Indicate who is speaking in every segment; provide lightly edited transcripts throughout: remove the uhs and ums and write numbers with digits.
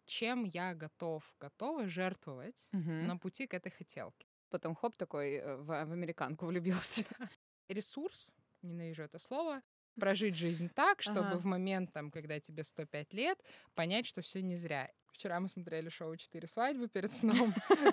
Speaker 1: чем я готова жертвовать на пути к этой хотелке.
Speaker 2: Потом хоп, такой в американку влюбился.
Speaker 1: Ресурс, ненавижу это слово, прожить жизнь так, чтобы в момент, когда тебе 105 лет, понять, что все не зря. Вчера мы смотрели шоу «4 свадьбы» перед сном.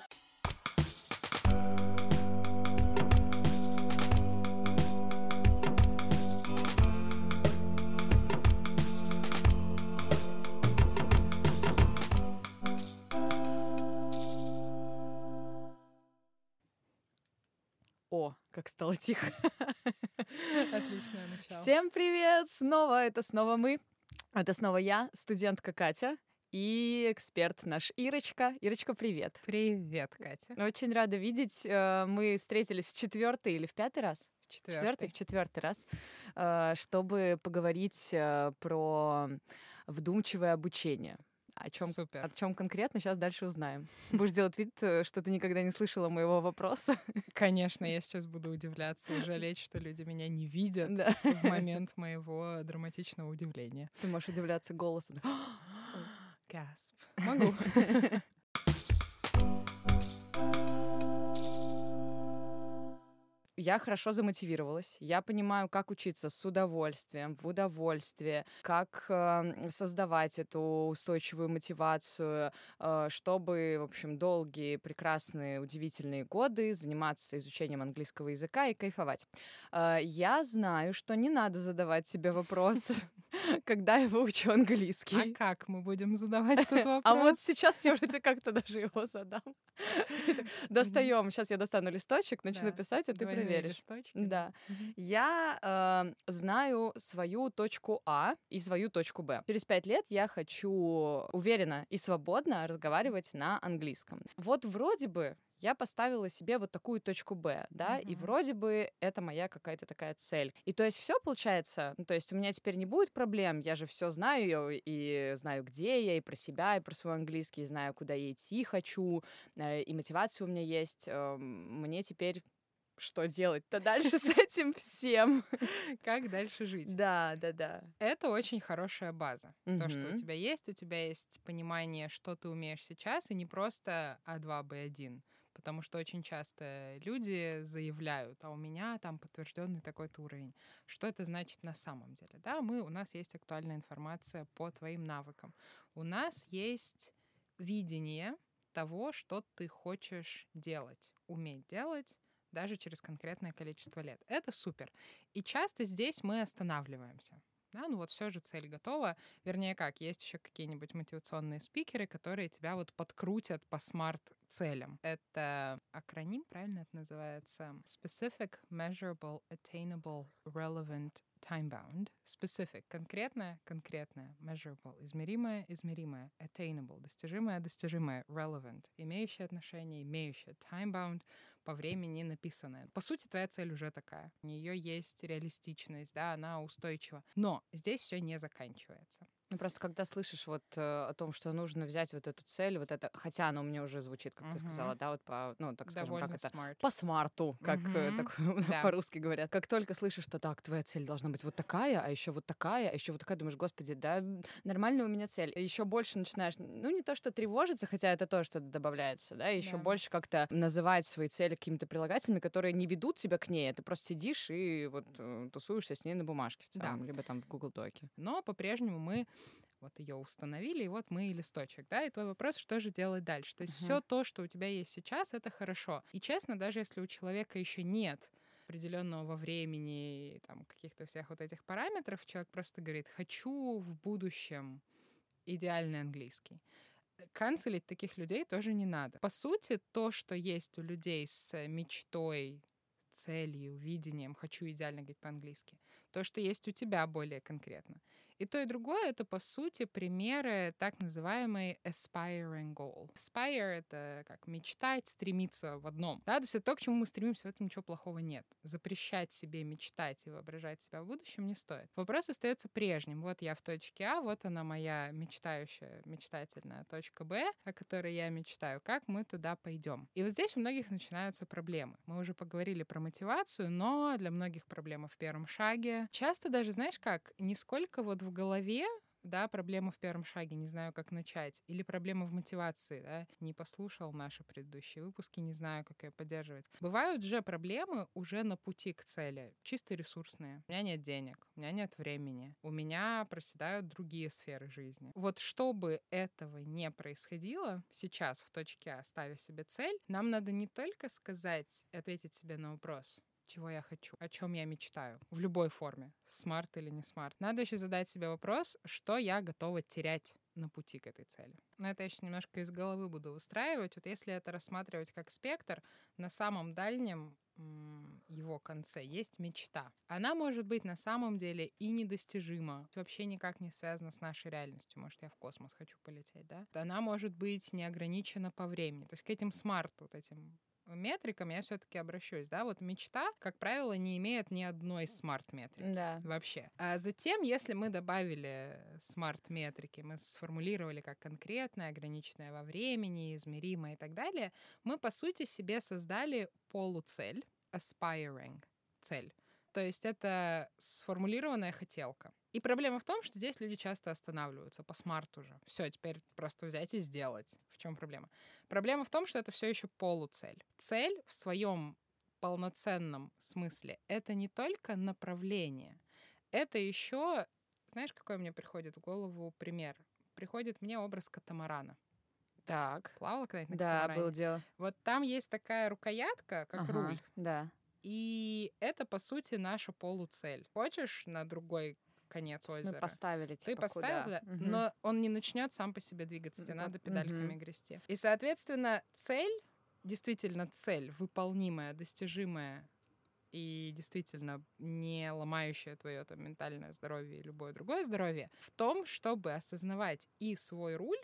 Speaker 2: О, как стало тихо.
Speaker 1: Отличное начало.
Speaker 2: Всем привет! Это снова мы. Это снова я, студентка Катя, и эксперт наш Ирочка. Ирочка, привет.
Speaker 1: Привет, Катя.
Speaker 2: Очень рада видеть. Мы встретились в 4-й или в 5-й раз? В четвертый раз, чтобы поговорить про вдумчивое обучение. О чем конкретно, сейчас дальше узнаем. Будешь делать вид, что ты никогда не слышала моего вопроса?
Speaker 1: Конечно, я сейчас буду удивляться и жалеть, что люди меня не видят в момент моего драматичного удивления.
Speaker 2: Ты можешь удивляться голосом.
Speaker 1: Gasp. Могу.
Speaker 2: Я хорошо замотивировалась. Я понимаю, как учиться с удовольствием, в удовольствие, как создавать эту устойчивую мотивацию, чтобы, в общем, долгие, прекрасные, удивительные годы заниматься изучением английского языка и кайфовать. Я знаю, что не надо задавать себе вопрос, когда я выучу английский.
Speaker 1: А как мы будем задавать этот вопрос?
Speaker 2: А вот сейчас я вроде как-то даже его задам. Достаем. Сейчас я достану листочек, начну писать, а ты проверишь. Да. Я знаю свою точку А и свою точку Б. Через 5 лет я хочу уверенно и свободно разговаривать на английском. Вот вроде бы я поставила себе вот такую точку Б, да, и вроде бы это моя какая-то такая цель. И то есть все получается, то есть у меня теперь не будет проблем, я же все знаю и знаю, где я, и про себя, и про свой английский, и знаю, куда я идти хочу, и мотивация у меня есть. Мне теперь что делать-то дальше с этим всем?
Speaker 1: Как дальше жить?
Speaker 2: Да.
Speaker 1: Это очень хорошая база. То, что у тебя есть понимание, что ты умеешь сейчас, и не просто А2, Б1. Потому что очень часто люди заявляют, а у меня там подтвержденный такой-то уровень. Что это значит на самом деле? Да, у нас есть актуальная информация по твоим навыкам. У нас есть видение того, что ты хочешь делать, уметь делать, даже через конкретное количество лет. Это супер. И часто здесь мы останавливаемся. Да, все же цель готова. Вернее, есть еще какие-нибудь мотивационные спикеры, которые тебя подкрутят по смарт-целям. Это акроним, правильно это называется? Specific, Measurable, Attainable, Relevant, Time-bound. Specific — конкретное, measurable — измеримое, attainable — достижимое, relevant — имеющее отношение, time-bound — по времени написанное. По сути, твоя цель уже такая. У нее есть реалистичность, да, она устойчива. Но здесь все не заканчивается.
Speaker 2: Просто когда слышишь о том, что нужно взять вот эту цель, вот это, хотя оно у меня уже звучит, как ты сказала, да, так скажем,
Speaker 1: довольно
Speaker 2: как это,
Speaker 1: smart.
Speaker 2: по смарту, как по-русски говорят. Как только слышишь, что так, твоя цель должна быть вот такая, а еще вот такая, думаешь, господи, да, нормальная у меня цель. Еще больше начинаешь, не то что тревожиться, хотя это тоже что-то добавляется, да, еще больше как-то называть свои цели какими-то прилагательными, которые не ведут тебя к ней, ты просто сидишь и тусуешься с ней на бумажке в целом, либо там в Google Доке.
Speaker 1: Но по-прежнему мы ее установили, и мы и листочек, да, и твой вопрос, что же делать дальше. То есть все то, что у тебя есть сейчас, это хорошо. И честно, даже если у человека еще нет определенного во времени, каких-то всех этих параметров, человек просто говорит, хочу в будущем идеальный английский. Канцелить таких людей тоже не надо. По сути, то, что есть у людей с мечтой, целью, видением, хочу идеально говорить по-английски, то, что есть у тебя более конкретно. И то, и другое — это, по сути, примеры так называемой aspiring goal. Aspire — это как мечтать, стремиться в одном. Да? То есть это то, к чему мы стремимся, в этом ничего плохого нет. Запрещать себе мечтать и воображать себя в будущем не стоит. Вопрос остается прежним. Вот я в точке А, вот она моя мечтательная точка Б, о которой я мечтаю. Как мы туда пойдем? И вот здесь у многих начинаются проблемы. Мы уже поговорили про мотивацию, но для многих проблема в первом шаге. Часто даже, знаешь как, не сколько в голове да, проблема в первом шаге, не знаю, как начать. Или проблема в мотивации, да, не послушал наши предыдущие выпуски, не знаю, как ее поддерживать. Бывают же проблемы уже на пути к цели, чисто ресурсные. У меня нет денег, у меня нет времени, у меня проседают другие сферы жизни. Вот чтобы этого не происходило сейчас в точке А, ставя себе цель, нам надо не только сказать, ответить себе на вопрос, чего я хочу, о чем я мечтаю, в любой форме, смарт или не смарт. Надо еще задать себе вопрос, что я готова терять на пути к этой цели. Но это я сейчас немножко из головы буду выстраивать. Вот если это рассматривать как спектр, на самом дальнем его конце есть мечта. Она может быть на самом деле и недостижима, вообще никак не связана с нашей реальностью. Может, я в космос хочу полететь, да? Она может быть не ограничена по времени. То есть к этим смарт, вот этим метрикам я все-таки обращусь, да, вот мечта, как правило, не имеет ни одной смарт-метрики вообще. А затем, если мы добавили смарт-метрики, мы сформулировали как конкретное, ограниченное во времени, измеримое и так далее, мы, по сути, себе создали полуцель, aspiring цель. То есть это сформулированная хотелка. И проблема в том, что здесь люди часто останавливаются по смарту же. Все, теперь просто взять и сделать. В чем проблема? Проблема в том, что это все еще полуцель. Цель в своем полноценном смысле — это не только направление, это еще, знаешь, какой мне приходит в голову пример? Приходит мне образ катамарана.
Speaker 2: Так.
Speaker 1: Плавала когда-нибудь на катамаране?
Speaker 2: Да, было дело.
Speaker 1: Вот там есть такая рукоятка, как руль.
Speaker 2: Да.
Speaker 1: И это, по сути, наша полуцель. Хочешь на другой конец озера?
Speaker 2: Мы поставили,
Speaker 1: Ты поставил туда, но он не начнет сам по себе двигаться, тебе надо педальками грести. И, соответственно, цель, действительно цель, выполнимая, достижимая и действительно не ломающая твое там ментальное здоровье и любое другое здоровье, в том, чтобы осознавать и свой руль,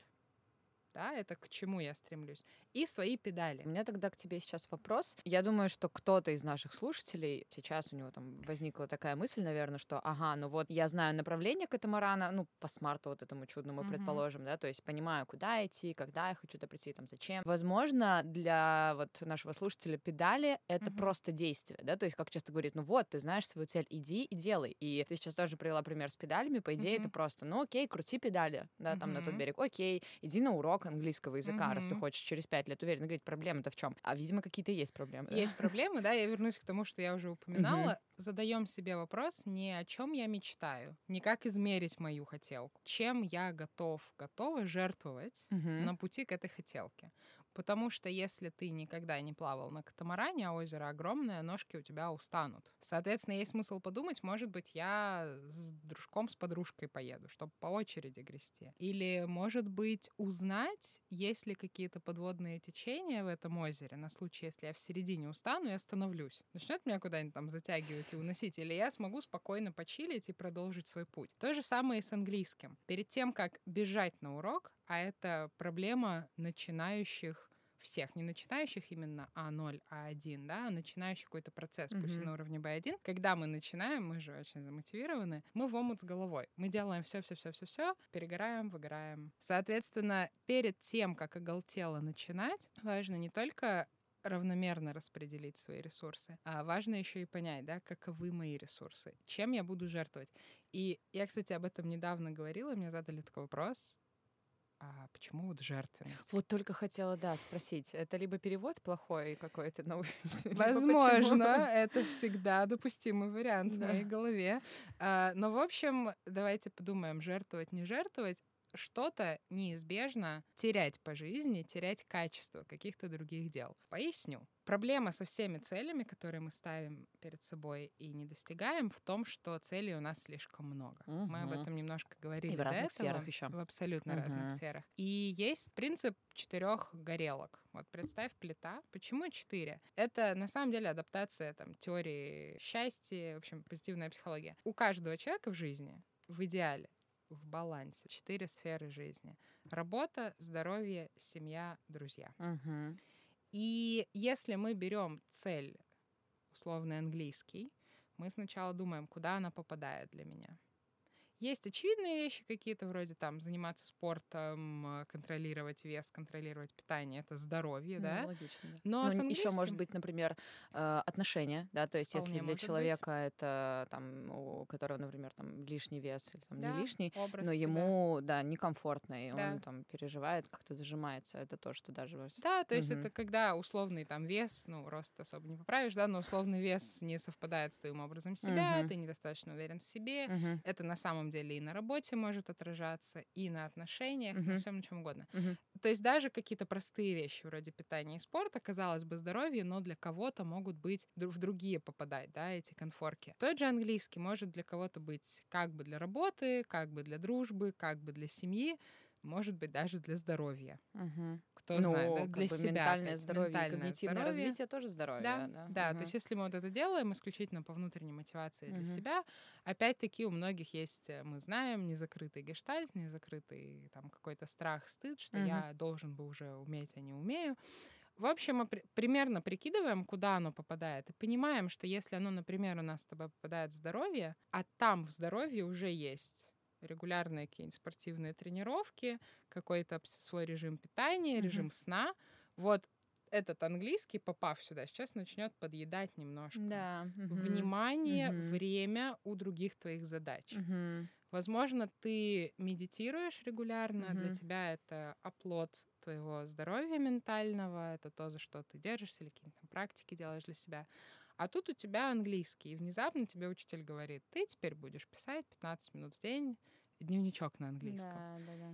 Speaker 1: да, это к чему я стремлюсь, и свои педали.
Speaker 2: У меня тогда к тебе сейчас вопрос. Я думаю, что кто-то из наших слушателей, сейчас у него там возникла такая мысль, наверное, что ага, ну вот я знаю направление катамарана, ну, по смарту вот этому чудному, предположим, да, то есть понимаю, куда идти, когда я хочу туда прийти, там, зачем. Возможно, для вот нашего слушателя педали — это просто действие, да, то есть, как часто говорит, ну вот, ты знаешь свою цель, иди и делай. И ты сейчас тоже привела пример с педалями, по идее, это просто, ну окей, крути педали, да, там на тот берег, окей, иди на урок английского языка, раз ты хочешь через 5 лет уверенно говорить, проблема-то в чем? А, видимо, какие-то есть проблемы. Да?
Speaker 1: Есть проблемы, да, я вернусь к тому, что я уже упоминала. Задаем себе вопрос не о чем я мечтаю, не как измерить мою хотелку, чем я готова жертвовать на пути к этой хотелке. Потому что если ты никогда не плавал на катамаране, а озеро огромное, ножки у тебя устанут. Соответственно, есть смысл подумать, может быть, я с дружком, с подружкой поеду, чтобы по очереди грести. Или, может быть, узнать, есть ли какие-то подводные течения в этом озере, на случай, если я в середине устану и остановлюсь. Начнет меня куда-нибудь там затягивать и уносить, или я смогу спокойно почилить и продолжить свой путь. То же самое и с английским. Перед тем, как бежать на урок, а это проблема начинающих всех, не начинающих именно А0, А1, да, а начинающих какой-то процесс, пусть и на уровне Б1. Когда мы начинаем, мы же очень замотивированы, мы в омут с головой. Мы делаем все, перегораем, выгораем. Соответственно, перед тем, как оголтело начинать, важно не только равномерно распределить свои ресурсы, а важно еще и понять, да, каковы мои ресурсы, чем я буду жертвовать. И я, кстати, об этом недавно говорила, мне задали такой вопрос: а почему вот жертвенность?
Speaker 2: Вот только хотела, да, спросить. Это либо перевод плохой какой-то научный?
Speaker 1: Возможно, это всегда допустимый вариант в моей голове. Но, в общем, давайте подумаем, жертвовать, не жертвовать. Что-то неизбежно терять по жизни, терять качество каких-то других дел. Поясню. Проблема со всеми целями, которые мы ставим перед собой и не достигаем, в том, что целей у нас слишком много. Мы об этом немножко говорили до этого.
Speaker 2: И в разных сферах еще.
Speaker 1: В абсолютно разных сферах. И есть принцип 4 горелок. Вот представь, плита. Почему 4? Это на самом деле адаптация там, теории счастья, в общем, позитивная психология. У каждого человека в жизни, в идеале, в балансе 4 сферы жизни. Работа, здоровье, семья, друзья. И если мы берем цель, условный английский, мы сначала думаем, куда она попадает для меня. Есть очевидные вещи какие-то, вроде там заниматься спортом, контролировать вес, контролировать питание, это здоровье, да?
Speaker 2: Логично, да.
Speaker 1: Но с
Speaker 2: еще может
Speaker 1: английским
Speaker 2: быть, например, отношения, да, то есть если
Speaker 1: вполне
Speaker 2: для
Speaker 1: может быть.
Speaker 2: человека это там, у которого, например, там лишний вес или там не
Speaker 1: Да,
Speaker 2: лишний,
Speaker 1: образ
Speaker 2: но
Speaker 1: себя.
Speaker 2: ему, да, некомфортно, и
Speaker 1: Да.
Speaker 2: он там переживает, как-то зажимается, это то, что даже...
Speaker 1: Да, то есть это когда условный там вес, ну, рост особо не поправишь, да, но условный вес не совпадает с твоим образом себя, ты недостаточно уверен в себе, это на самом деле и на работе может отражаться, и на отношениях, на всем на чем угодно. То есть даже какие-то простые вещи вроде питания и спорта, казалось бы, здоровье, но для кого-то могут быть в другие попадать, да, эти конфорки. Тот же английский может для кого-то быть как бы для работы, как бы для дружбы, как бы для семьи, может быть, даже для здоровья. Кто знает, да? Для себя.
Speaker 2: Ментальное здоровье,
Speaker 1: ментальное
Speaker 2: когнитивное
Speaker 1: здоровье.
Speaker 2: развитие тоже здоровье.
Speaker 1: Да, да. То есть если мы вот это делаем исключительно по внутренней мотивации для себя, опять-таки у многих есть, мы знаем, незакрытый гештальт, незакрытый там какой-то страх, стыд, что я должен бы уже уметь, а не умею. В общем, мы примерно прикидываем, куда оно попадает, и понимаем, что если оно, например, у нас с тобой попадает в здоровье, а там в здоровье уже есть регулярные какие-нибудь спортивные тренировки, какой-то свой режим питания, режим сна, вот этот английский, попав сюда, сейчас начнет подъедать немножко. Внимание, время у других твоих задач. Возможно, ты медитируешь регулярно, для тебя это оплот твоего здоровья ментального, это то, за что ты держишься, или какие-то там практики делаешь для себя. А тут у тебя английский, и внезапно тебе учитель говорит, ты теперь будешь писать 15 минут в день дневничок на английском.
Speaker 2: Да.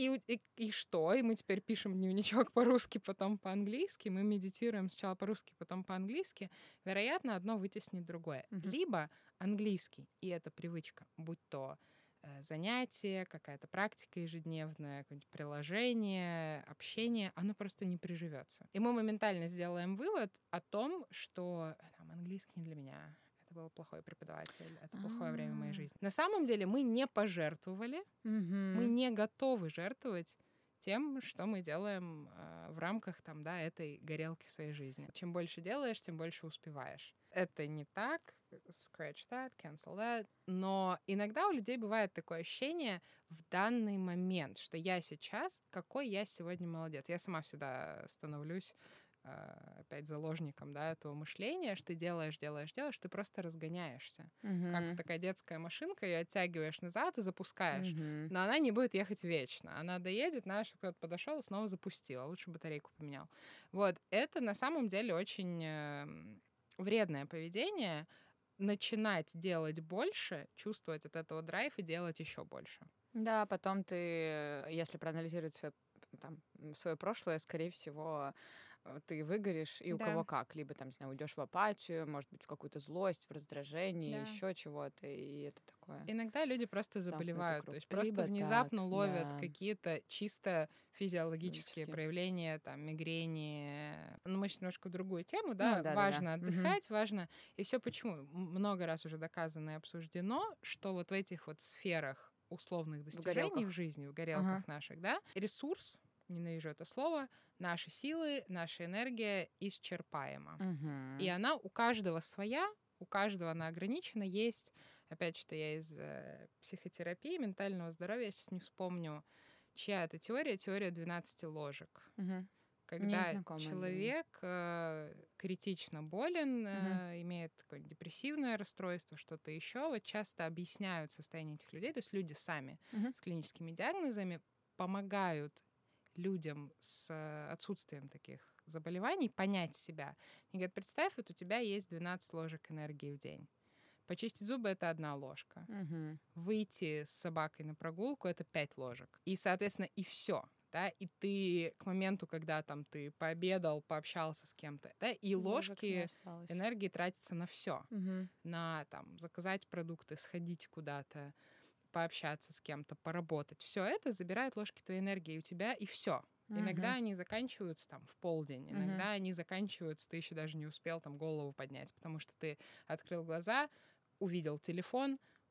Speaker 1: И что? И мы теперь пишем дневничок по-русски, потом по-английски, мы медитируем сначала по-русски, потом по-английски. Вероятно, одно вытеснит другое. Либо английский, и это привычка, будь то занятие, какая-то практика ежедневная, какое-нибудь приложение, общение, оно просто не приживется. И мы моментально сделаем вывод о том, что там, английский не для меня, это был плохой преподаватель, это плохое время моей жизни. На самом деле мы не пожертвовали, мы не готовы жертвовать тем, что мы делаем в рамках там, да, этой горелки в своей жизни. Чем больше делаешь, тем больше успеваешь. Это не так, scratch that, cancel that, но иногда у людей бывает такое ощущение в данный момент, что я сейчас, какой я сегодня молодец. Я сама всегда становлюсь опять заложником, да, этого мышления, что ты делаешь, ты просто разгоняешься. Как такая детская машинка, ее оттягиваешь назад и запускаешь. Но она не будет ехать вечно. Она доедет, надо, чтобы кто-то подошел и снова запустил. Лучше батарейку поменял. Вот. Это на самом деле очень вредное поведение. Начинать делать больше, чувствовать от этого драйв и делать еще больше.
Speaker 2: Да, потом ты, если проанализировать свое прошлое, скорее всего, ты выгоришь, и у кого как. Либо там, не знаю, уйдешь в апатию, может быть, в какую-то злость, в раздражение, еще чего-то, и это такое.
Speaker 1: Иногда люди просто заболевают, то есть просто внезапно ловят какие-то чисто физиологические проявления, там, мигрени. Ну, мы сейчас немножко в другую тему, да, важно отдыхать, важно. И все почему? Много раз уже доказано и обсуждено, что вот в этих вот сферах условных достижений в жизни, в горелках наших, да, ресурс, ненавижу это слово, наши силы, наша энергия исчерпаема. И она у каждого своя, у каждого она ограничена. Есть, опять что я из психотерапии, ментального здоровья, я сейчас не вспомню, чья это теория 12 ложек. Когда человек критично болен, имеет какое-нибудь депрессивное расстройство, что-то еще, вот часто объясняют состояние этих людей, то есть люди сами с клиническими диагнозами помогают людям с отсутствием таких заболеваний понять себя. Они говорят, представь, вот у тебя есть 12 ложек энергии в день. Почистить зубы — это 1 ложка. Выйти с собакой на прогулку — это 5 ложек. И, соответственно, и все. Да, и ты к моменту, когда там ты пообедал, пообщался с кем-то, да, и ложки энергии тратятся на все. На там заказать продукты, сходить куда-то, пообщаться с кем-то, поработать. Все это забирает ложки твоей энергии у тебя, и все. Иногда они заканчиваются там в полдень, иногда они заканчиваются, ты еще даже не успел там голову поднять, потому что ты открыл глаза, увидел телефон,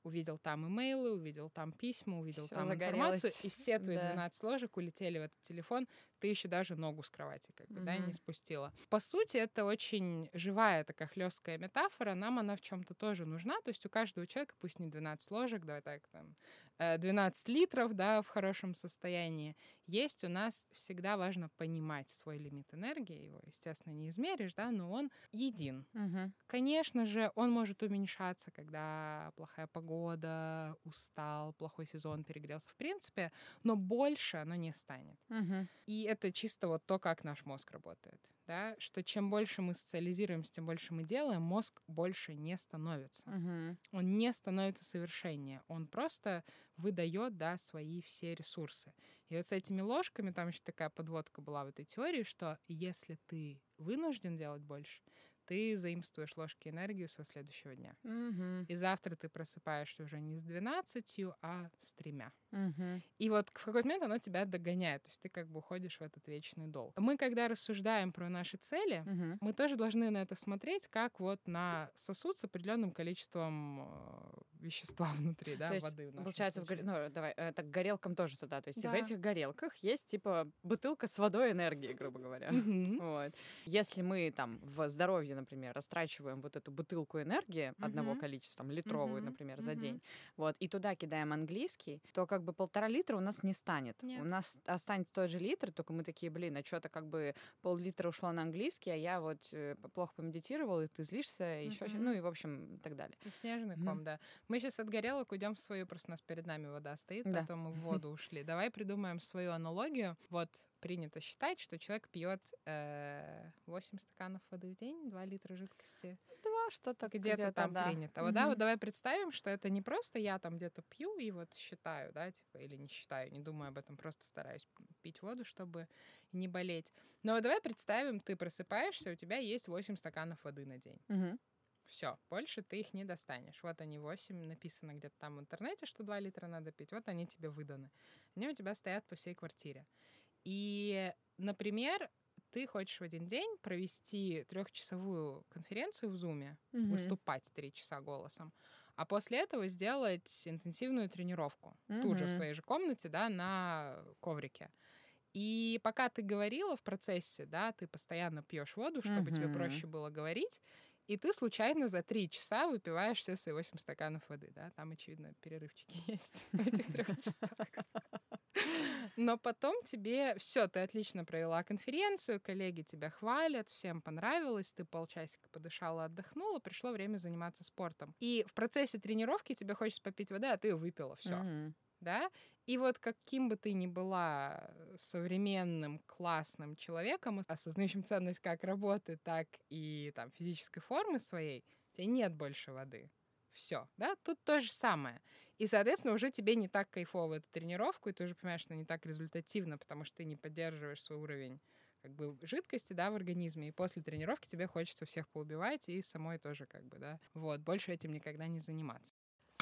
Speaker 1: увидел там имейлы, увидел там письма, увидел
Speaker 2: всё
Speaker 1: там информацию, и все твои 12 ложек улетели в этот телефон, ты еще даже ногу с кровати да, не спустила. По сути, это очень живая такая хлесткая метафора, нам она в чем-то тоже нужна, то есть у каждого человека, пусть не 12 ложек, давай так, там, 12 литров, да, в хорошем состоянии, есть у нас всегда важно понимать свой лимит энергии, его, естественно, не измеришь, да, но он един. Конечно же, он может уменьшаться, когда плохая погода, устал, плохой сезон, перегрелся в принципе, но больше оно не станет. И это чисто вот то, как наш мозг работает, да, что чем больше мы социализируемся, тем больше мы делаем, мозг больше не становится. Он не становится совершеннее, он просто выдает, да, свои все ресурсы. И вот с этими ложками, там еще такая подводка была в этой теории, что если ты вынужден делать больше, ты заимствуешь ложки энергию со следующего дня. И завтра ты просыпаешься уже не с 12, а с 3. И вот в какой-то момент оно тебя догоняет, то есть ты как бы уходишь в этот вечный долг. Мы, когда рассуждаем про наши цели, мы тоже должны на это смотреть как вот на сосуд с определенным количеством вещества внутри, да,
Speaker 2: то есть,
Speaker 1: воды.
Speaker 2: Получается, так, горелкам тоже туда. То есть в этих горелках есть типа бутылка с водой энергии, грубо говоря. Вот. Если мы там в здоровье, например, растрачиваем вот эту бутылку энергии одного количества, там, литровую, например, за день, вот, и туда кидаем английский, то как бы 1,5 литра у нас не станет.
Speaker 1: Нет.
Speaker 2: У нас останется тот же литр, только мы такие, блин, а что-то как бы пол-литра ушло на английский, а я вот плохо помедитировала, и ты злишься, еще, ну и, в общем, так далее.
Speaker 1: И снежный ком, да. Мы сейчас от горелок уйдем в свою, просто у нас перед нами вода стоит, потом мы в воду ушли. Давай придумаем свою аналогию. Вот принято считать, что человек пьет 8 стаканов воды в день, 2 литра жидкости.
Speaker 2: 2, что-то
Speaker 1: где-то там принято. Вот, да, вот давай представим, что это не просто я там где-то пью и вот считаю, да, типа, или не считаю, не думаю об этом, просто стараюсь пить воду, чтобы не болеть. Но вот давай представим, ты просыпаешься, у тебя есть 8 стаканов воды на день. Все, больше ты их не достанешь. Вот они 8, написано где-то там в интернете, что 2 литра надо пить. Вот они тебе выданы. Они у тебя стоят по всей квартире. И, например, ты хочешь в один день провести 3-часовую конференцию в Zoom, выступать 3 часа голосом, а после этого сделать интенсивную тренировку тут же в своей же комнате, да, на коврике. И пока ты говорила в процессе, да, ты постоянно пьешь воду, чтобы тебе проще было говорить, и ты случайно за 3 часа выпиваешь все свои 8 стаканов воды, да, там, очевидно, перерывчики есть в этих 3 часах. Но потом тебе все, ты отлично провела конференцию, коллеги тебя хвалят, всем понравилось, ты полчасика подышала, отдохнула, пришло время заниматься спортом. И в процессе тренировки тебе хочется попить воды, а ты ее выпила, все. Да? И вот каким бы ты ни была современным, классным человеком, осознающим ценность как работы, так и там, физической формы своей, у тебя нет больше воды. Все, да? Тут то же самое. И, соответственно, уже тебе не так кайфово эту тренировку, и ты уже понимаешь, что не так результативно, потому что ты не поддерживаешь свой уровень как бы жидкости, да, в организме, и после тренировки тебе хочется всех поубивать, и самой тоже как бы, да, вот, больше этим никогда не заниматься.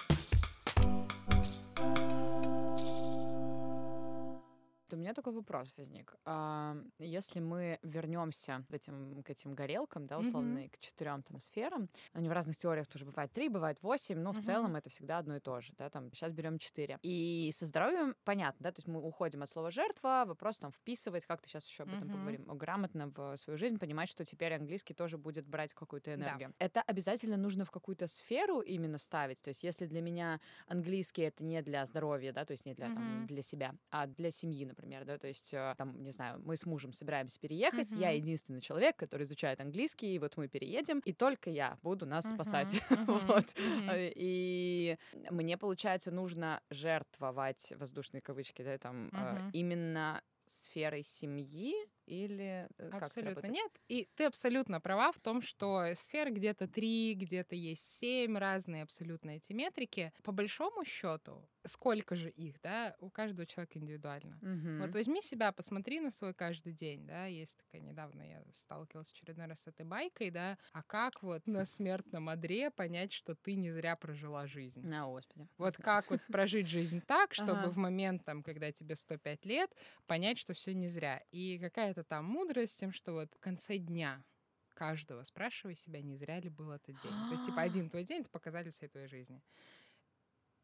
Speaker 2: У меня такой вопрос возник. Если мы вернемся к этим горелкам, да, условно, к 4 там сферам, они в разных теориях тоже бывает 3, бывает 8, но в целом это всегда одно и то же, да, там, сейчас берем 4. И со здоровьем понятно, да, то есть мы уходим от слова жертва, вопрос там вписывать, как-то сейчас еще об этом поговорим, грамотно в свою жизнь, понимать, что теперь английский тоже будет брать какую-то энергию. Да. Это обязательно нужно в какую-то сферу именно ставить, то есть если для меня английский это не для здоровья, да, то есть не для, там, для себя, а для семьи, например, да, то есть, там, не знаю, мы с мужем собираемся переехать, я единственный человек, который изучает английский, и вот мы переедем, и только я буду нас спасать, вот, и мне, получается, нужно жертвовать, воздушные кавычки, да, там, именно сферой семьи, или
Speaker 1: абсолютно нет. И ты абсолютно права в том, что сфер где-то 3, где-то есть 7, разные абсолютно эти метрики. По большому счету, сколько же их, да, у каждого человека индивидуально. Вот возьми себя, посмотри на свой каждый день, да, есть такая, недавно я сталкивалась в очередной раз с этой байкой, да, а как вот на смертном одре понять, что ты не зря прожила жизнь?
Speaker 2: Господи.
Speaker 1: Вот как вот прожить жизнь так, чтобы в момент, там, когда тебе 105 лет, понять, что все не зря. И какая-то там мудрость тем, что вот в конце дня каждого спрашивай себя, не зря ли был этот день. То есть, типа, один твой день — это показатель всей твоей жизни.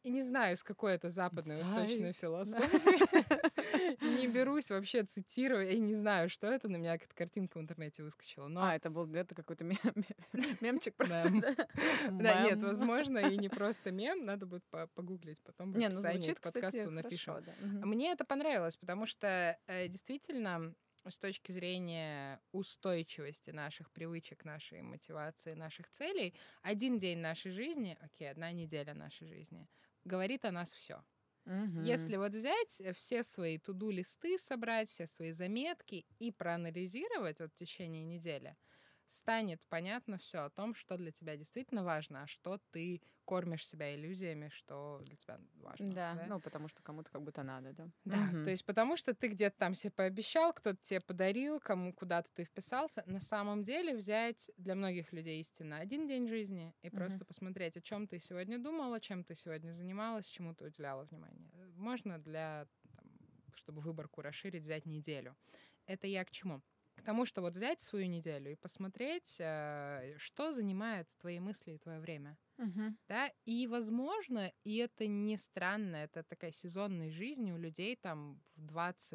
Speaker 1: не знаю, с какой это западной, восточной философии. Не берусь вообще цитировать. Я не знаю, что это. На меня какая-то картинка в интернете выскочила. Но...
Speaker 2: это какой-то мемчик просто.
Speaker 1: Да, нет, возможно, и не просто мем. Надо будет погуглить потом. В описании к подкасту напишем. Мне это понравилось, потому что действительно с точки зрения устойчивости наших привычек, нашей мотивации, наших целей, один день нашей жизни, одна неделя нашей жизни, говорит о нас все. Если вот взять все свои туду-листы, собрать все свои заметки и проанализировать вот в течение недели, станет понятно все о том, что для тебя действительно важно, а что ты кормишь себя иллюзиями, что для тебя важно.
Speaker 2: Да, потому что кому-то как будто надо, да.
Speaker 1: Да, то есть потому что ты где-то там себе пообещал, кто-то тебе подарил, кому куда-то ты вписался. На самом деле взять для многих людей истинно один день жизни и просто посмотреть, о чем ты сегодня думала, чем ты сегодня занималась, чему ты уделяла внимание. Можно чтобы выборку расширить, взять неделю. Это я к чему? К тому, что вот взять свою неделю и посмотреть, что занимает твои мысли и твое время. Да? И, возможно, и это не странно, это такая сезонная жизнь у людей там в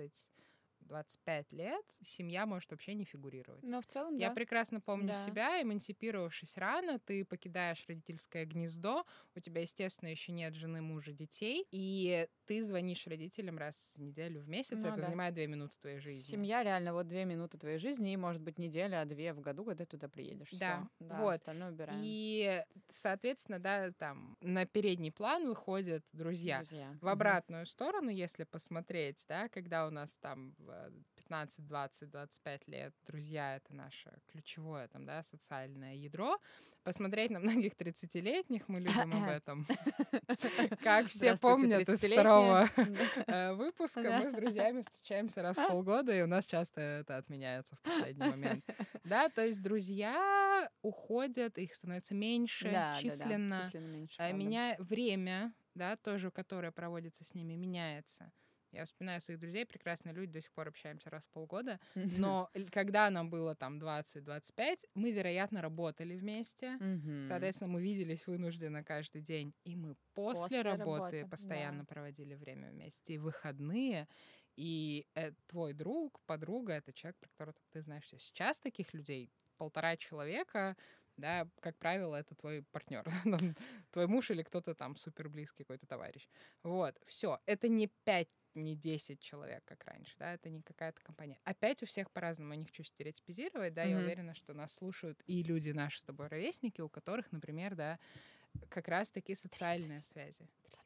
Speaker 1: 20-25 лет семья может вообще не фигурировать.
Speaker 2: Но в целом,
Speaker 1: Я прекрасно помню себя, эмансипировавшись рано, ты покидаешь родительское гнездо, у тебя, естественно, еще нет жены, мужа, детей, и ты звонишь родителям раз в неделю, в месяц, это занимает 2 минуты твоей жизни.
Speaker 2: Семья реально 2 минуты твоей жизни, и, может быть, неделя, 2 в году, когда ты туда приедешь.
Speaker 1: Да,
Speaker 2: вот. Остальное убираем.
Speaker 1: И, соответственно, там на передний план выходят друзья. В обратную сторону, если посмотреть, да, когда у нас там 15, 20, 25 лет друзья — это наше ключевое там, да, социальное ядро, посмотреть на многих 30-летних, мы любим об этом. Как все помнят из второго выпуска, мы с друзьями встречаемся раз в полгода, и у нас часто это отменяется в последний момент. Да, то есть друзья уходят, их становится меньше, численно меньше. Время, да, тоже, которое проводится с ними, меняется. Я вспоминаю своих друзей, прекрасные люди, до сих пор общаемся раз в полгода. Но когда нам было там 20-25, мы, вероятно, работали вместе. Соответственно, мы виделись вынужденно каждый день. И мы после работы постоянно проводили время вместе. И выходные. И твой друг, подруга — это человек, про которого ты знаешь все. Сейчас таких людей 1,5 человека, да, как правило, это твой партнер, твой муж или кто-то там супер близкий какой-то товарищ. Вот, все. Это не 5, не 10 человек, как раньше, да, это не какая-то компания. Опять у всех по-разному, я не хочу стереотипизировать, да, я уверена, что нас слушают и люди наши с тобой ровесники, у которых, например, да, как раз-таки социальные связи.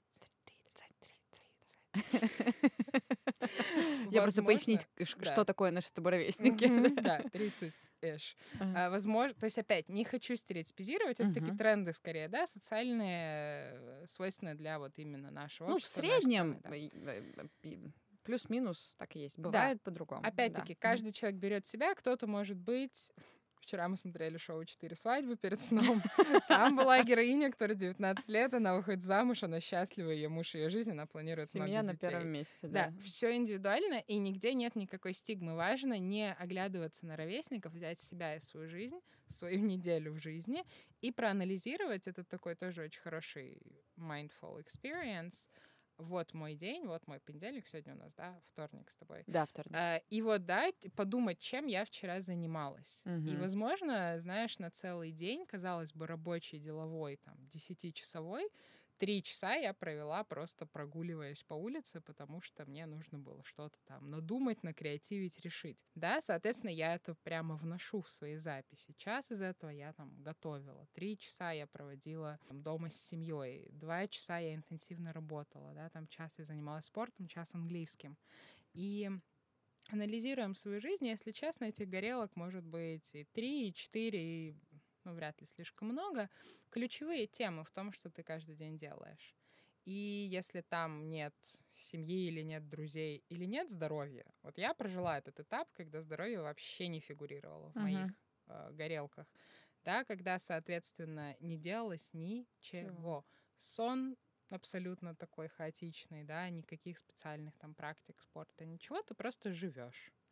Speaker 2: Я просто пояснить, что такое наши с тобой ровесники.
Speaker 1: Да, 30-эш. Возможно, то есть опять, не хочу стереотипизировать, это такие тренды скорее, да, социальные, свойственные для вот именно нашего общества.
Speaker 2: Ну, в среднем плюс-минус так и есть. Бывает по-другому.
Speaker 1: Опять-таки, каждый человек берет себя, кто-то может быть... Вчера мы смотрели шоу «4 свадьбы» перед сном. Там была героиня, которая 19 лет, она выходит замуж, она счастлива, ее муж, ее жизнь, она планирует много детей.
Speaker 2: Семья на первом месте, да.
Speaker 1: Да, все индивидуально, и нигде нет никакой стигмы. Важно не оглядываться на ровесников, взять себя и свою жизнь, свою неделю в жизни и проанализировать. Это такой тоже очень хороший mindful experience. Вот мой день, вот мой понедельник, сегодня у нас, да, вторник с тобой.
Speaker 2: Да, вторник.
Speaker 1: И вот, да, подумать, чем я вчера занималась. И, возможно, знаешь, на целый день, казалось бы, рабочий, деловой, там, 10-часовой, 3 часа я провела просто прогуливаясь по улице, потому что мне нужно было что-то там надумать, накреативить, решить. Да, соответственно, я это прямо вношу в свои записи. Час из этого я там готовила. 3 часа я проводила там дома с семьей. 2 часа я интенсивно работала. Да, там час я занималась спортом, час английским. И анализируем свою жизнь. Если честно, этих горелок может быть и 3, и 4, и вряд ли слишком много. Ключевые темы в том, что ты каждый день делаешь. И если там нет семьи или нет друзей, или нет здоровья, вот я прожила этот этап, когда здоровье вообще не фигурировало в моих горелках, да, когда, соответственно, не делалось ничего. Сон абсолютно такой хаотичный, да, никаких специальных там практик спорта, ничего, ты просто живешь.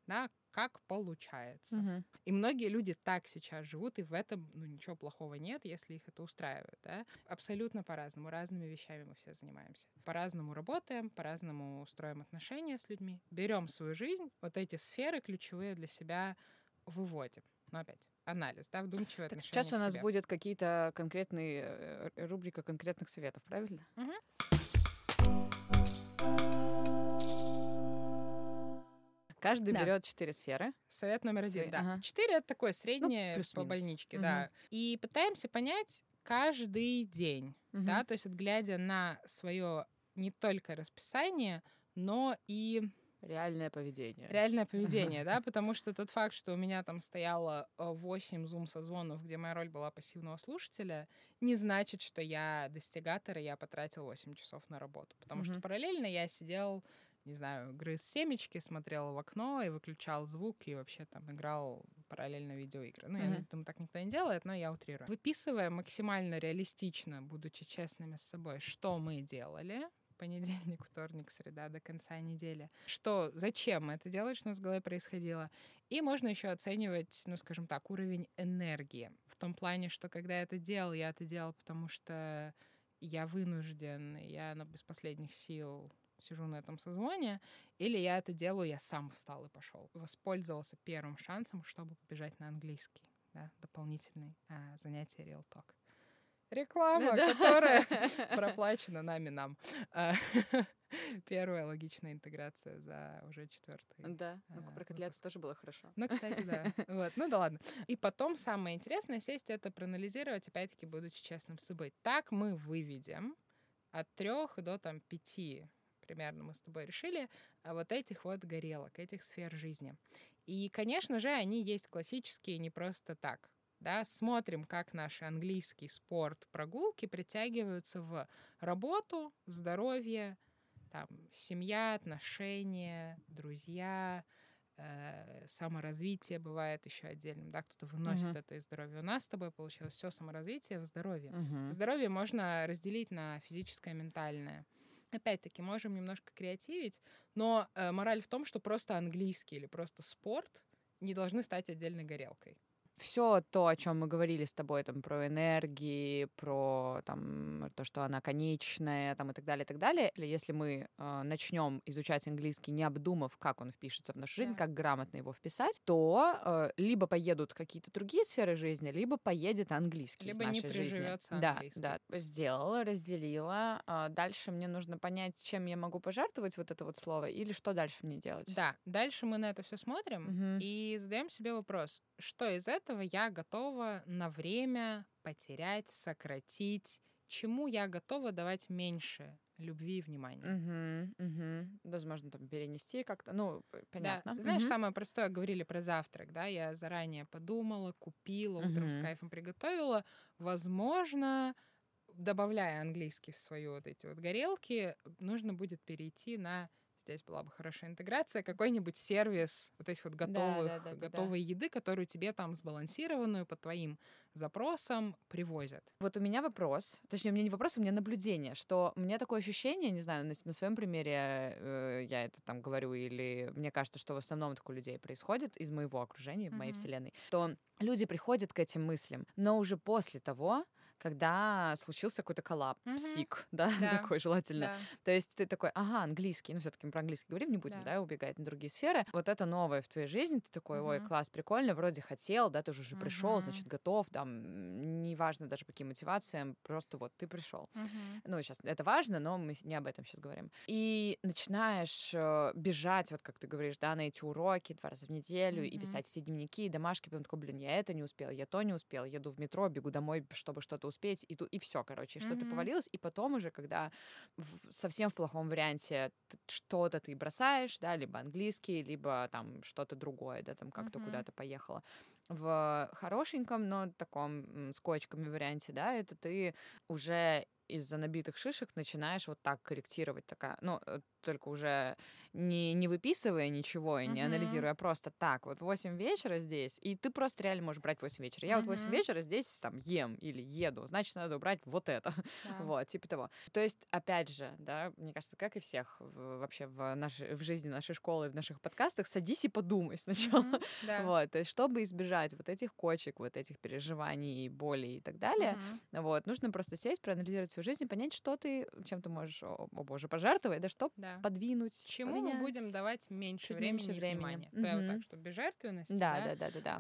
Speaker 1: да, как получается.
Speaker 2: Мгм.
Speaker 1: И многие люди так сейчас живут, и в этом ничего плохого нет, если их это устраивает. Да? Абсолютно по-разному. Разными вещами мы все занимаемся. По-разному работаем, по-разному строим отношения с людьми. Берем свою жизнь, вот эти сферы ключевые для себя выводим. Но опять, анализ, да, вдумчивое
Speaker 2: Так
Speaker 1: отношение
Speaker 2: сейчас у
Speaker 1: к
Speaker 2: нас
Speaker 1: себе.
Speaker 2: будет какие-то конкретные рубрика конкретных советов, правильно?
Speaker 1: Мгм.
Speaker 2: Каждый
Speaker 1: Да.
Speaker 2: берет 4 сферы.
Speaker 1: Совет номер 1, да.
Speaker 2: Ага.
Speaker 1: 4 — это такое среднее по
Speaker 2: плюс-минус.
Speaker 1: больничке,
Speaker 2: Мгм.
Speaker 1: да. И пытаемся понять каждый день,
Speaker 2: Мгм.
Speaker 1: да, то есть вот глядя на свое не только расписание, но и
Speaker 2: Реальное поведение.
Speaker 1: реальное поведение, да, потому что тот факт, что у меня там стояло 8 зум-созвонов, где моя роль была пассивного слушателя, не значит, что я достигатор, и я потратил 8 часов на работу. Потому что
Speaker 2: Мгм.
Speaker 1: параллельно я сидел, не знаю, грыз семечки, смотрел в окно и выключал звук, и вообще там играл параллельно видеоигры. Ну, я
Speaker 2: Мгм.
Speaker 1: думаю, так никто не делает, но я утрирую. Выписывая максимально реалистично, будучи честными с собой, что мы делали, понедельник, вторник, среда, до конца недели. Зачем мы это делали, что у нас в голове происходило. И можно еще оценивать, ну, скажем так, уровень энергии. В том плане, что когда я это делал, потому что я вынужден, я без последних сил сижу на этом созвоне, или я это делаю, я сам встал и пошел. Воспользовался первым шансом, чтобы побежать на английский. Да, дополнительный занятие Real Talk. Реклама,
Speaker 2: Да.
Speaker 1: которая проплачена нам. Первая логичная интеграция за уже 4-й.
Speaker 2: Да, ну про котлету тоже было хорошо.
Speaker 1: Ну, кстати, да. Вот. Ну да ладно. И потом самое интересное сесть это проанализировать, опять-таки, будучи честным с собой. Так мы выведем от 3 до 5 примерно мы с тобой решили вот этих вот горелок, этих сфер жизни. И, конечно же, они есть классические не просто так. Да, смотрим, как наши английский, спорт, прогулки притягиваются в работу, в здоровье, там, семья, отношения, друзья, саморазвитие бывает еще отдельным, да, кто-то выносит
Speaker 2: Мгм.
Speaker 1: это из здоровья. У нас с тобой получилось все саморазвитие в здоровье.
Speaker 2: Мгм.
Speaker 1: Здоровье можно разделить на физическое и ментальное. Опять-таки, можем немножко креативить, но мораль в том, что просто английский или просто спорт не должны стать отдельной горелкой.
Speaker 2: Все то, о чем мы говорили с тобой, там, про энергии, про там, то, что она конечная, там, и так далее, или если мы начнем изучать английский, не обдумав, как он впишется в нашу жизнь,
Speaker 1: Да.
Speaker 2: как грамотно его вписать, то либо поедут какие-то другие сферы жизни, либо поедет английский
Speaker 1: Либо
Speaker 2: из
Speaker 1: не
Speaker 2: нашей жизни.
Speaker 1: приживется английский.
Speaker 2: Да, сделала, разделила. Дальше мне нужно понять, чем я могу пожертвовать вот это вот слово, или что дальше мне делать.
Speaker 1: Да, дальше мы на это все смотрим
Speaker 2: Мгм.
Speaker 1: и задаем себе вопрос, что из этого я готова на время потерять, сократить, чему я готова давать меньше любви и внимания.
Speaker 2: Возможно, там перенести как-то. Ну, понятно.
Speaker 1: Да, знаешь,
Speaker 2: Мгм.
Speaker 1: самое простое, говорили про завтрак, да, я заранее подумала, купила, утром с
Speaker 2: Мгм.
Speaker 1: кайфом приготовила. Возможно, добавляя английский в свои вот эти вот горелки, нужно будет перейти на, здесь была бы хорошая интеграция, какой-нибудь сервис вот этих вот
Speaker 2: Да.
Speaker 1: готовой еды, которую тебе там сбалансированную по твоим запросам привозят.
Speaker 2: Вот у меня вопрос, точнее, у меня не вопрос, у меня наблюдение, что у меня такое ощущение, не знаю, на своем примере я это там говорю, или мне кажется, что в основном так у людей происходит из моего окружения, в моей вселенной, что люди приходят к этим мыслям, но уже после того, когда случился какой-то коллапс, псик, да,
Speaker 1: Да.
Speaker 2: такой желательно.
Speaker 1: Да.
Speaker 2: То есть ты такой, ага, английский, ну все-таки мы про английский говорим, не будем, да, убегать на другие сферы. Вот это новое в твоей жизни, ты такой, ой, класс, прикольно, вроде хотел, да, ты уже пришел, значит, готов, там, неважно даже по каким мотивациям, просто вот ты пришел. Ну, сейчас это важно, но мы не об этом сейчас говорим. И начинаешь бежать, вот как ты говоришь, да, на эти уроки 2 раза в неделю и писать все дневники, и домашки, потом такой, блин, я это не успел, я то не успел, еду в метро, бегу домой, чтобы что-то успеть, и все, короче, что-то повалилось, и потом уже, когда совсем в плохом варианте что-то ты бросаешь, да, либо английский, либо там что-то другое, да, там как-то куда-то поехала. В хорошеньком, но таком с коечками варианте, да, это ты уже из-за набитых шишек начинаешь вот так корректировать, такая, ну, только уже не выписывая ничего и не анализируя, а просто так, вот 8 вечера здесь, и ты просто реально можешь брать 8 вечера. Я вот 8 вечера здесь там ем или еду, значит, надо убрать вот это. Вот, типа того. То есть, опять же, да, мне кажется, как и всех вообще в жизни нашей школы, в наших подкастах, садись и подумай сначала. Вот, то есть, чтобы избежать вот этих кочек, вот этих переживаний, боли и так далее, вот, нужно просто сесть, проанализировать свою жизнь и понять, что ты, чем ты можешь, о боже, пожертвовать, да, что подвинуть,
Speaker 1: чему мы будем давать меньше времени и внимания. Да, вот так, что без жертвенности, да.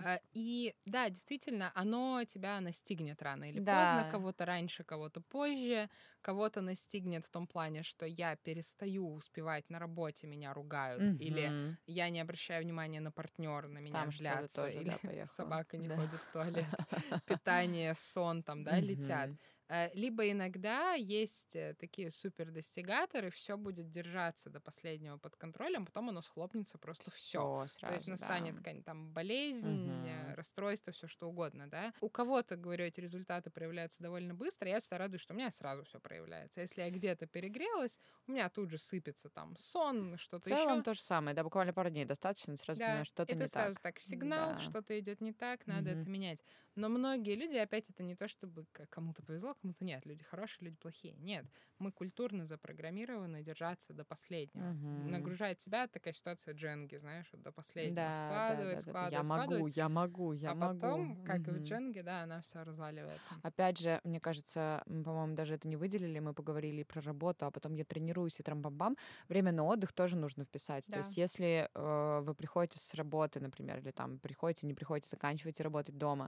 Speaker 1: И да, действительно, оно тебя настигнет рано или поздно, кого-то раньше, кого-то позже, кого-то настигнет в том плане, что я перестаю успевать на работе, меня ругают, или я не обращаю внимания на партнера, на меня злятся, или собака не ходит в туалет, питание, сон там, да, летят. Либо иногда есть такие супердостигаторы, все будет держаться до последнего под контролем, потом оно схлопнется просто все. То есть настанет какая-нибудь там болезнь, расстройство, все что угодно, да. У кого-то, говорю, эти результаты проявляются довольно быстро, я всегда радуюсь, что у меня сразу все проявляется. Если я где-то перегрелась, у меня тут же сыпется там сон, что-то еще.
Speaker 2: В целом то же самое, да, буквально пару дней достаточно, сразу понимаешь, что-то не так.
Speaker 1: Это сразу так сигнал, что-то идет не так, надо это менять. Но многие люди, опять, это не то, чтобы кому-то повезло, кому-то нет. Люди хорошие, люди плохие. Нет. Мы культурно запрограммированы держаться до последнего. Нагружать себя такая ситуация дженги, знаешь, вот до последнего. Складывать.
Speaker 2: Я могу.
Speaker 1: А потом, как и в дженге, да, она все разваливается.
Speaker 2: Опять же, мне кажется, мы, по-моему, даже это не выделили, мы поговорили про работу, а потом я тренируюсь и трам-бам-бам. Время на отдых тоже нужно вписать. То есть если вы приходите с работы, например, или там приходите, не приходите, заканчиваете работать дома,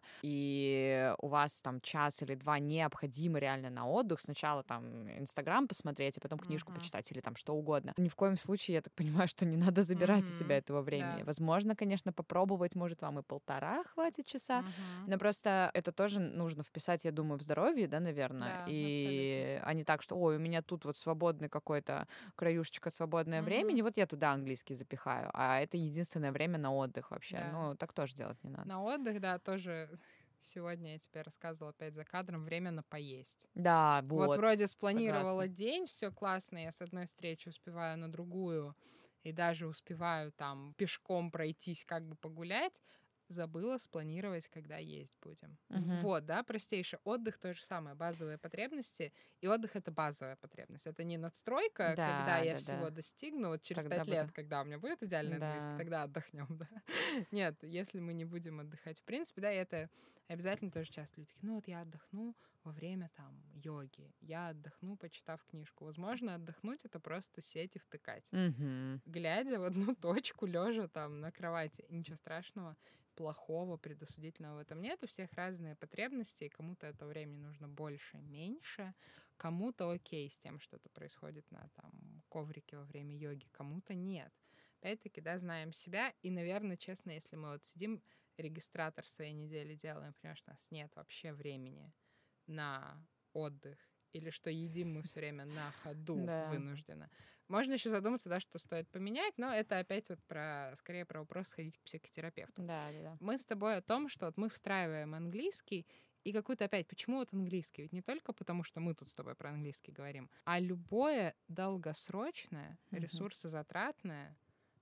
Speaker 2: и у вас там час или два необходимо реально на отдых, сначала там Инстаграм посмотреть, а потом книжку почитать или там что угодно. Ни в коем случае, я так понимаю, что не надо забирать у себя этого времени. Возможно, конечно, попробовать, может, вам и 1,5 хватит часа, но просто это тоже нужно вписать, я думаю, в здоровье, да, наверное, и а не так, что, ой, у меня тут вот свободный какой-то краюшечка свободное времени, вот я туда английский запихаю, а это единственное время на отдых вообще. Ну, так тоже делать не надо.
Speaker 1: На отдых, да, тоже. Сегодня я тебе рассказывала опять за кадром время на поесть.
Speaker 2: Да, вот.
Speaker 1: Вот вроде спланировала день, все классно, я с одной встречи успеваю на другую, и даже успеваю там пешком пройтись, как бы погулять, забыла спланировать, когда есть будем. Вот, да, простейший отдых, то же самое, базовые потребности, и отдых — это базовая потребность. Это не надстройка, когда я всего достигну, вот через 5 лет, когда у меня будет идеальный английский, тогда отдохнем, да. Нет, если мы не будем отдыхать, в принципе, да, это обязательно тоже часто люди такие, ну вот я отдохну во время там йоги, я отдохну, почитав книжку. Возможно, отдохнуть — это просто сесть и втыкать. Глядя в одну точку, лежа там на кровати. Ничего страшного, плохого, предосудительного в этом нет. У всех разные потребности, и кому-то это времени нужно больше, меньше. Кому-то окей с тем, что это происходит на там коврике во время йоги, кому-то нет. Опять-таки, да, знаем себя. И, наверное, честно, если мы вот сидим, регистратор своей недели делаем, понимаешь, у нас нет вообще времени на отдых, или что едим мы все время на ходу вынужденно. Можно еще задуматься, да, что стоит поменять, но это опять вот скорее про вопрос сходить к психотерапевту. Мы с тобой о том, что вот мы встраиваем английский, и какую-то опять, почему вот английский? Ведь не только потому, что мы тут с тобой про английский говорим, а любое долгосрочное, ресурсозатратное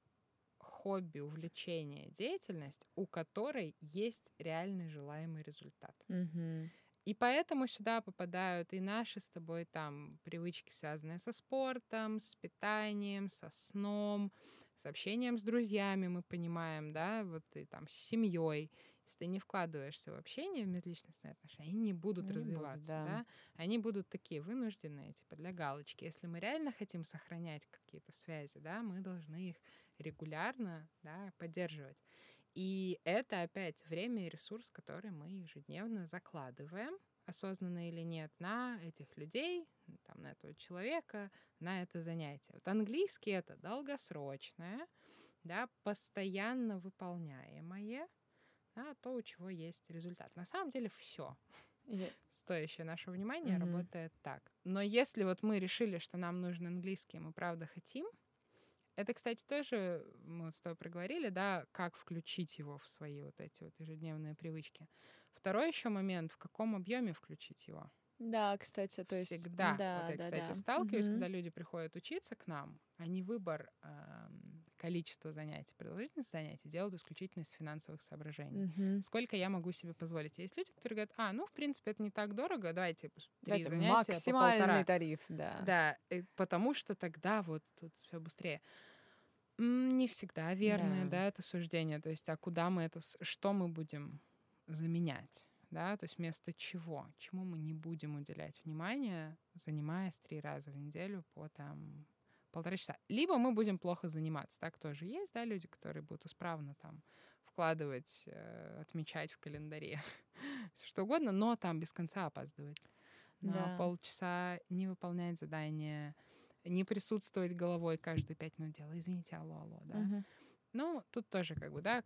Speaker 1: хобби, увлечение, деятельность, у которой есть реальный желаемый результат. И поэтому сюда попадают и наши с тобой там привычки, связанные со спортом, с питанием, со сном, с общением с друзьями, мы понимаем, да, вот и там с семьей. Если ты не вкладываешься в общение, в межличностные отношения, они не будут развиваться, да. Они будут такие вынужденные, типа для галочки. Если мы реально хотим сохранять какие-то связи, да, мы должны их регулярно, да, поддерживать. И это опять время и ресурс, который мы ежедневно закладываем, осознанно или нет, на этих людей, там, на этого человека, на это занятие. Вот английский — это долгосрочное, да, постоянно выполняемое, да, то, у чего есть результат. На самом деле все, стоящее нашего внимания, работает так. Но если вот мы решили, что нам нужен английский, мы правда хотим, это, кстати, тоже мы вот с тобой проговорили, да, как включить его в свои вот эти вот ежедневные привычки. Второй еще момент, в каком объеме включить его.
Speaker 2: Да, кстати, то есть...
Speaker 1: Всегда.
Speaker 2: Да,
Speaker 1: Вот я,
Speaker 2: да,
Speaker 1: кстати,
Speaker 2: да.
Speaker 1: сталкиваюсь, когда люди приходят учиться к нам, они выбор количества занятий, продолжительность занятий делают исключительно из финансовых соображений. Сколько я могу себе позволить? Есть люди, которые говорят, в принципе, это не так дорого, давайте 3 занятия по 1,5.
Speaker 2: Максимальный тариф, да.
Speaker 1: Да, потому что тогда вот тут все быстрее. Не всегда верное, да, это суждение. То есть, а куда мы это, что мы будем заменять? Да, то есть вместо чего? Чему мы не будем уделять внимание, занимаясь 3 раза в неделю по 1,5 часа. Либо мы будем плохо заниматься. Так тоже есть, да, люди, которые будут исправно вкладывать, отмечать в календаре что угодно, но без конца опаздывать. На полчаса не выполнять задание, не присутствовать головой каждые 5 минут дела. Извините, алло, да. Тут тоже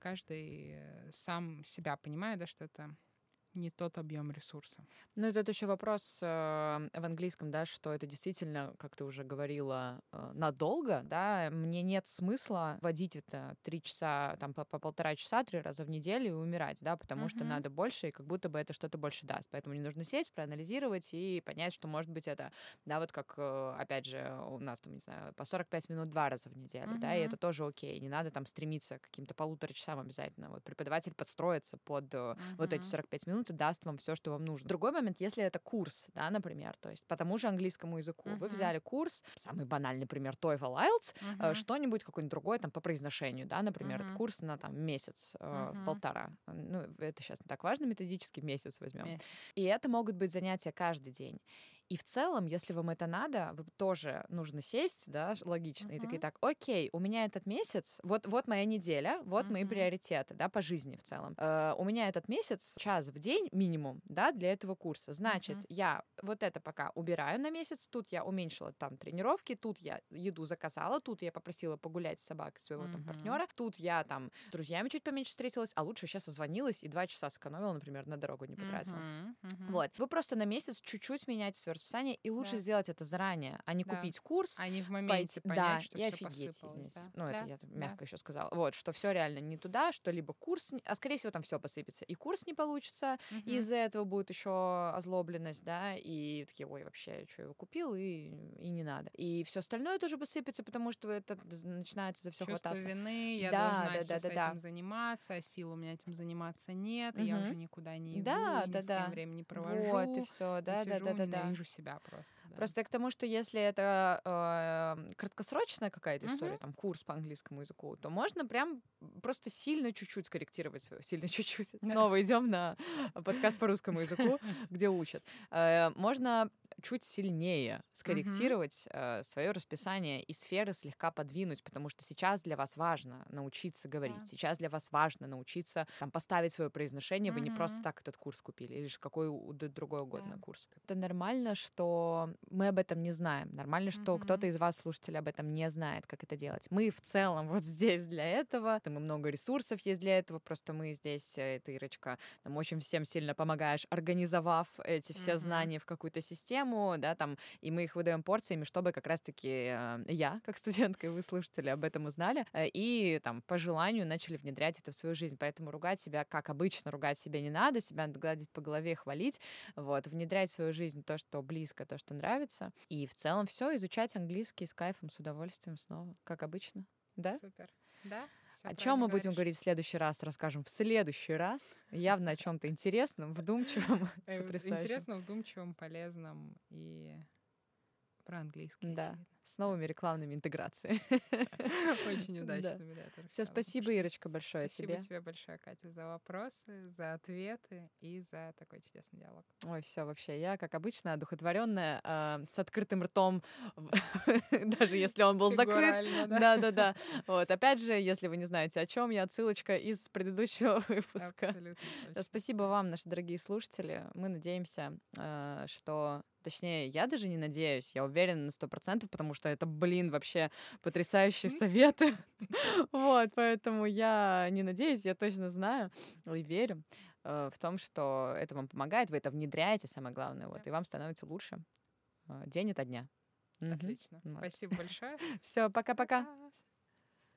Speaker 1: каждый сам себя понимает, да, что это не тот объем ресурса.
Speaker 2: Это еще вопрос в английском, да, что это действительно, как ты уже говорила, надолго, да, мне нет смысла водить это 3 часа, по 1,5 часа 3 раза в неделю и умирать, да, потому что надо больше, и как будто бы это что-то больше даст. Поэтому мне нужно сесть, проанализировать и понять, что, может быть, это, да, вот как, опять же, у нас не знаю, по 45 минут 2 раза в неделю, да, и это тоже окей, не надо стремиться к каким-то 1,5 часам обязательно. Вот преподаватель подстроится под вот эти 45 минут и даст вам все, что вам нужно. Другой момент, если это курс, да, например, то есть по тому же английскому языку, вы взяли курс, самый банальный пример, TOEFL, IELTS, что-нибудь, какой-нибудь другой по произношению, да, например, это курс на месяц, 1,5. Это сейчас не так важно, методически месяц возьмем. И это могут быть занятия каждый день. И в целом, если вам это надо, вы тоже нужно сесть, да, логично, и такие, так, окей, у меня этот месяц, вот моя неделя, вот мои приоритеты, да, по жизни в целом. У меня этот месяц, час в день минимум, да, для этого курса. Значит, я вот это пока убираю на месяц, тут я уменьшила тренировки, тут я еду заказала, тут я попросила погулять с собакой своего партнера, тут я с друзьями чуть поменьше встретилась, а лучше сейчас созвонилась и 2 часа сэкономила, например, на дорогу не потратила. Вот. Вы просто на месяц чуть-чуть меняете свое расписание, и лучше сделать это заранее, а не купить курс,
Speaker 1: а не в моменте понять, что
Speaker 2: и офигеть, извините. Это я мягко еще сказала. Вот, что все реально не туда, что либо курс, а скорее всего там все посыпется. И курс не получится, и из-за этого будет еще озлобленность, да, и такие, ой, вообще, что я его купил, и не надо. И все остальное тоже посыпется, потому что это начинается за все хвататься.
Speaker 1: Чувство вины, я должна сейчас этим заниматься, а сил у меня этим заниматься нет, и я уже никуда не иду, ни с кем время не провожу.
Speaker 2: Вот, и все, да.
Speaker 1: Ненавижу себя просто. Да.
Speaker 2: Просто к тому, что если это краткосрочная какая-то история, курс по английскому языку, то можно прям просто сильно чуть-чуть скорректировать свое. Сильно чуть-чуть. Снова идем на подкаст по русскому языку, где учат. Можно чуть сильнее скорректировать свое расписание и сферы слегка подвинуть, потому что сейчас для вас важно научиться говорить, сейчас для вас важно научиться поставить свое произношение, вы не просто так этот курс купили, или же какой другой угодно курс. Это нормально, что мы об этом не знаем, нормально, что кто-то из вас, слушателей, об этом не знает, как это делать. Мы в целом вот здесь для этого, там и много ресурсов есть для этого, просто мы здесь, ты, Ирочка, нам очень всем сильно помогаешь, организовав эти все знания в какую-то систему, да, и мы их выдаем порциями, чтобы как раз-таки я, как студентка, и вы, слушатели, об этом узнали, и по желанию начали внедрять это в свою жизнь. Поэтому ругать себя, как обычно, ругать себя не надо, себя надо гладить по голове, хвалить, вот, внедрять в свою жизнь то, что близко, то, что нравится, и в целом все изучать английский с кайфом, с удовольствием снова, как обычно, да?
Speaker 1: Супер, да.
Speaker 2: О чем мы будем говорить в следующий раз, расскажем в следующий раз. Явно о чем-то интересном, вдумчивом, потрясающем.
Speaker 1: Интересном, вдумчивом, полезном и про английский.
Speaker 2: Да, с новыми рекламными интеграциями.
Speaker 1: Очень удачными, да.
Speaker 2: Все, спасибо, Ирочка, большое тебе.
Speaker 1: Спасибо тебе большое, Катя, за вопросы, за ответы и за такой чудесный диалог.
Speaker 2: Ой, все вообще, я, как обычно, одухотворенная, с открытым ртом, даже если он был закрыт. Да. Вот, опять же, если вы не знаете, о чем я, отсылочка из предыдущего выпуска.
Speaker 1: Абсолютно.
Speaker 2: Спасибо вам, наши дорогие слушатели. Мы надеемся, что... Точнее, я даже не надеюсь, я уверена на 100%, потому что это, вообще потрясающие советы. Вот, поэтому я не надеюсь, я точно знаю и верю в том, что это вам помогает, вы это внедряете, самое главное, вот, и вам становится лучше день ото дня.
Speaker 1: Отлично. Спасибо большое.
Speaker 2: Все, пока-пока.